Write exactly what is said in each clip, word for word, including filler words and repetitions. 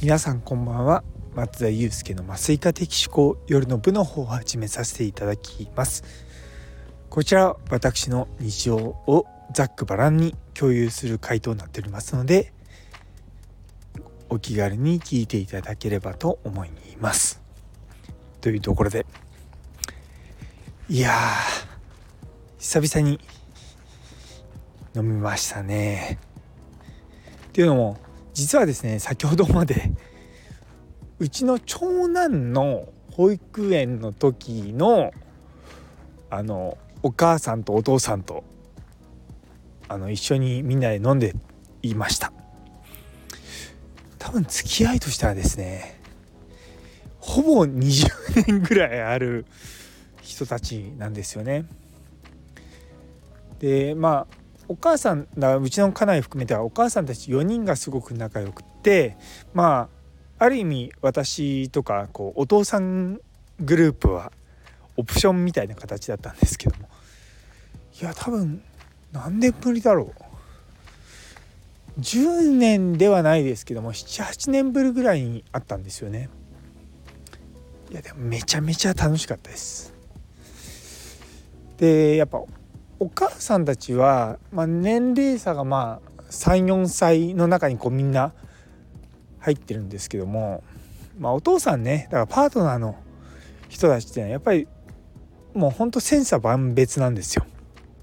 皆さんこんばんは。松田祐介の麻酔科的思考夜の部の方を始めさせていただきます。こちらは私の日常をざっくばらんに共有する回となっておりますので、お気軽に聞いていただければと思いますというところで、いやー久々に飲みましたね。っていうのも実はですね、先ほどまでうちの長男の保育園の時のあのお母さんとお父さんとあの一緒にみんなで飲んでいました。多分付き合いとしてはですね、ほぼにじゅうねんぐらいある人たちなんですよね。でまあお母さんだうちの家内含めてはお母さんたちよにんがすごく仲良くって、まあある意味私とかこうお父さんグループはオプションみたいな形だったんですけども、いや多分何年ぶりだろう、じゅうねんではないですけども ななはちねんぶりぐらいにあったんですよね。いやでもめちゃめちゃ楽しかったです。でやっぱお母さんたちは、まあ、年齢差がまあさん、よんさいの中にこうみんな入ってるんですけども、まあ、お父さんね、だからパートナーの人たちってのはやっぱりもうほんと千差万別なんですよ。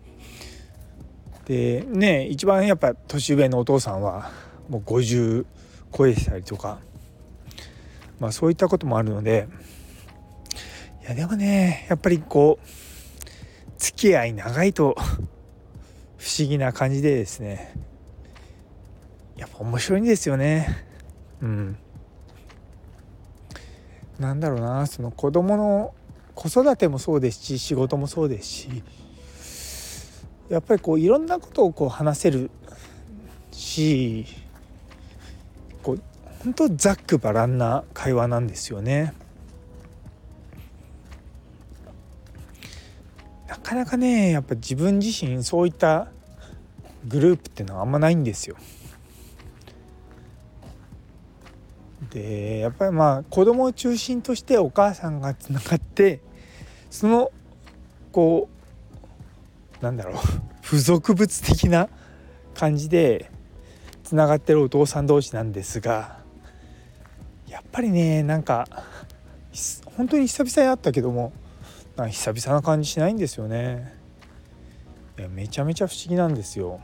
でね、一番やっぱ年上のお父さんはもうごじゅう超えてたりとか、まあそういったこともあるので、いやでもねやっぱりこう付き合い長いと不思議な感じでですね、やっぱ面白いんですよね。うん。なんだろうな、その子供の子育てもそうですし仕事もそうですし、やっぱりこういろんなことをこう話せるし、こう本当ざっくばらんな会話なんですよね。なかなかねやっぱ自分自身そういったグループっていうのはあんまないんですよ。でやっぱりまあ子供を中心としてお母さんがつながって、そのこうなんだろう付属物的な感じでつながってるお父さん同士なんですが、やっぱりねなんか本当に久々に会ったけどもなんか久々な感じしないんですよね。いやめちゃめちゃ不思議なんですよ。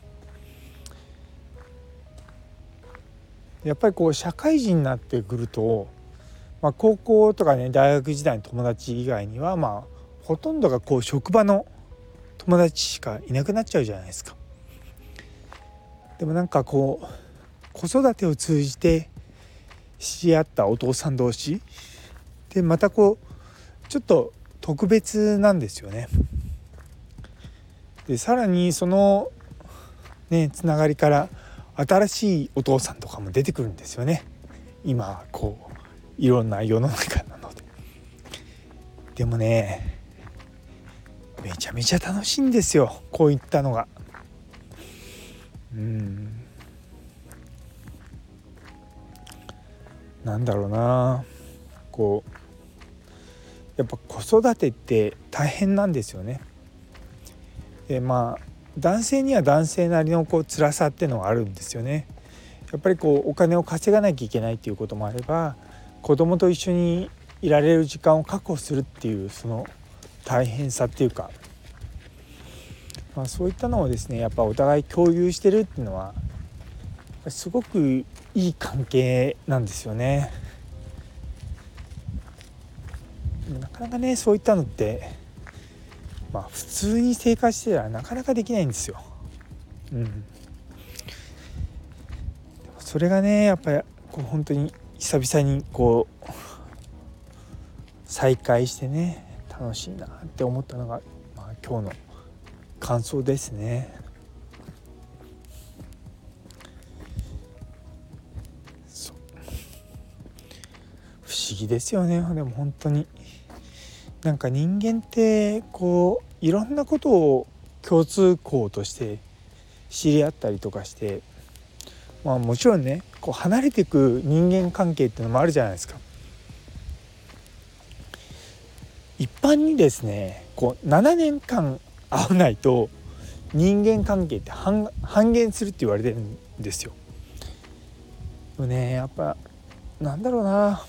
やっぱりこう社会人になってくると、まあ、高校とかね大学時代の友達以外にはまあほとんどがこう職場の友達しかいなくなっちゃうじゃないですか。でもなんかこう子育てを通じて知り合ったお父さん同士でまたこうちょっと特別なんですよね。でさらにそのねつながりから新しいお父さんとかも出てくるんですよね。今こういろんな世の中なので。でもねめちゃめちゃ楽しいんですよ、こういったのが。うんなんだろうな、こうやっぱ子育てって大変なんですよね。でまあ男性には男性なりのこう辛さっていうのがあるんですよね。やっぱりこうお金を稼がなきゃいけないっていうこともあれば、子供と一緒にいられる時間を確保するっていうその大変さっていうか、まあ、そういったのをですねやっぱお互い共有してるっていうのはすごくいい関係なんですよね。なかなかねそういったのってまあ普通に生活してたらなかなかできないんですよ。うん、でもそれがねやっぱりこう本当に久々にこう再会してね楽しいなって思ったのが、まあ、今日の感想ですね。そう不思議ですよね。でも本当になんか人間ってこういろんなことを共通項として知り合ったりとかして、まあもちろんねこう離れていく人間関係っていうのもあるじゃないですか。一般にですねこうななねんかん会わないと人間関係って半減するって言われてるんですよ。でもねやっぱなんだろうな、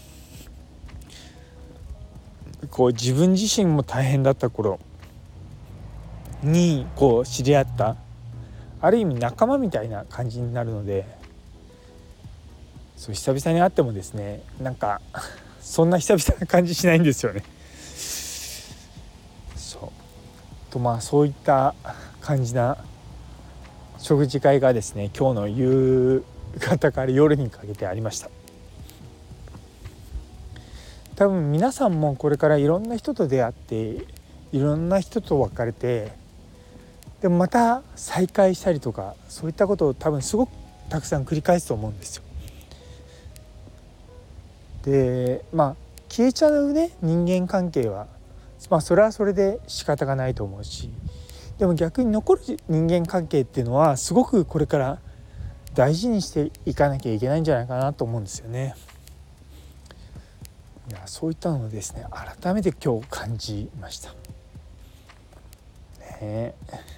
こう自分自身も大変だった頃にこう知り合ったある意味仲間みたいな感じになるので、そう久々に会ってもですねなんかそんな久々な感じしないんですよね。そうとまあそういった感じな食事会がですね今日の夕方から夜にかけてありました。多分皆さんもこれからいろんな人と出会っていろんな人と別れて、でもまた再会したりとかそういったことを多分すごくたくさん繰り返すと思うんですよ。でまあ消えちゃうね人間関係はまあそれはそれで仕方がないと思うし、でも逆に残る人間関係っていうのはすごくこれから大事にしていかなきゃいけないんじゃないかなと思うんですよね。いやそういったのをですね改めて今日感じましたね。やっ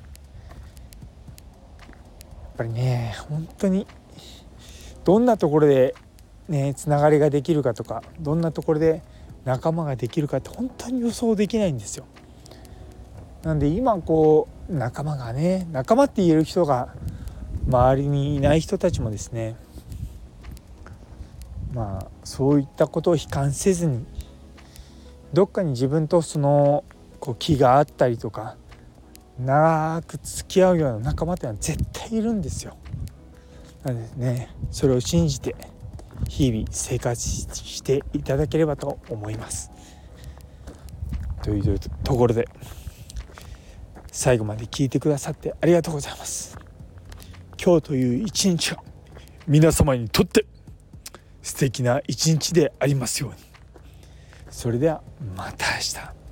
ぱりね本当にどんなところでねつながりができるかとかどんなところで仲間ができるかって本当に予想できないんですよ。なんで今こう仲間がね仲間って言える人が周りにいない人たちもですね、まあそういったことを悲観せずにどっかに自分とそのこう気があったりとか長く付き合うような仲間ってのは絶対いるんですよ。なのでねそれを信じて日々生活していただければと思います。というところで最後まで聞いてくださってありがとうございます。今日という一日が皆様にとって素敵な一日でありますように。それではまた明日。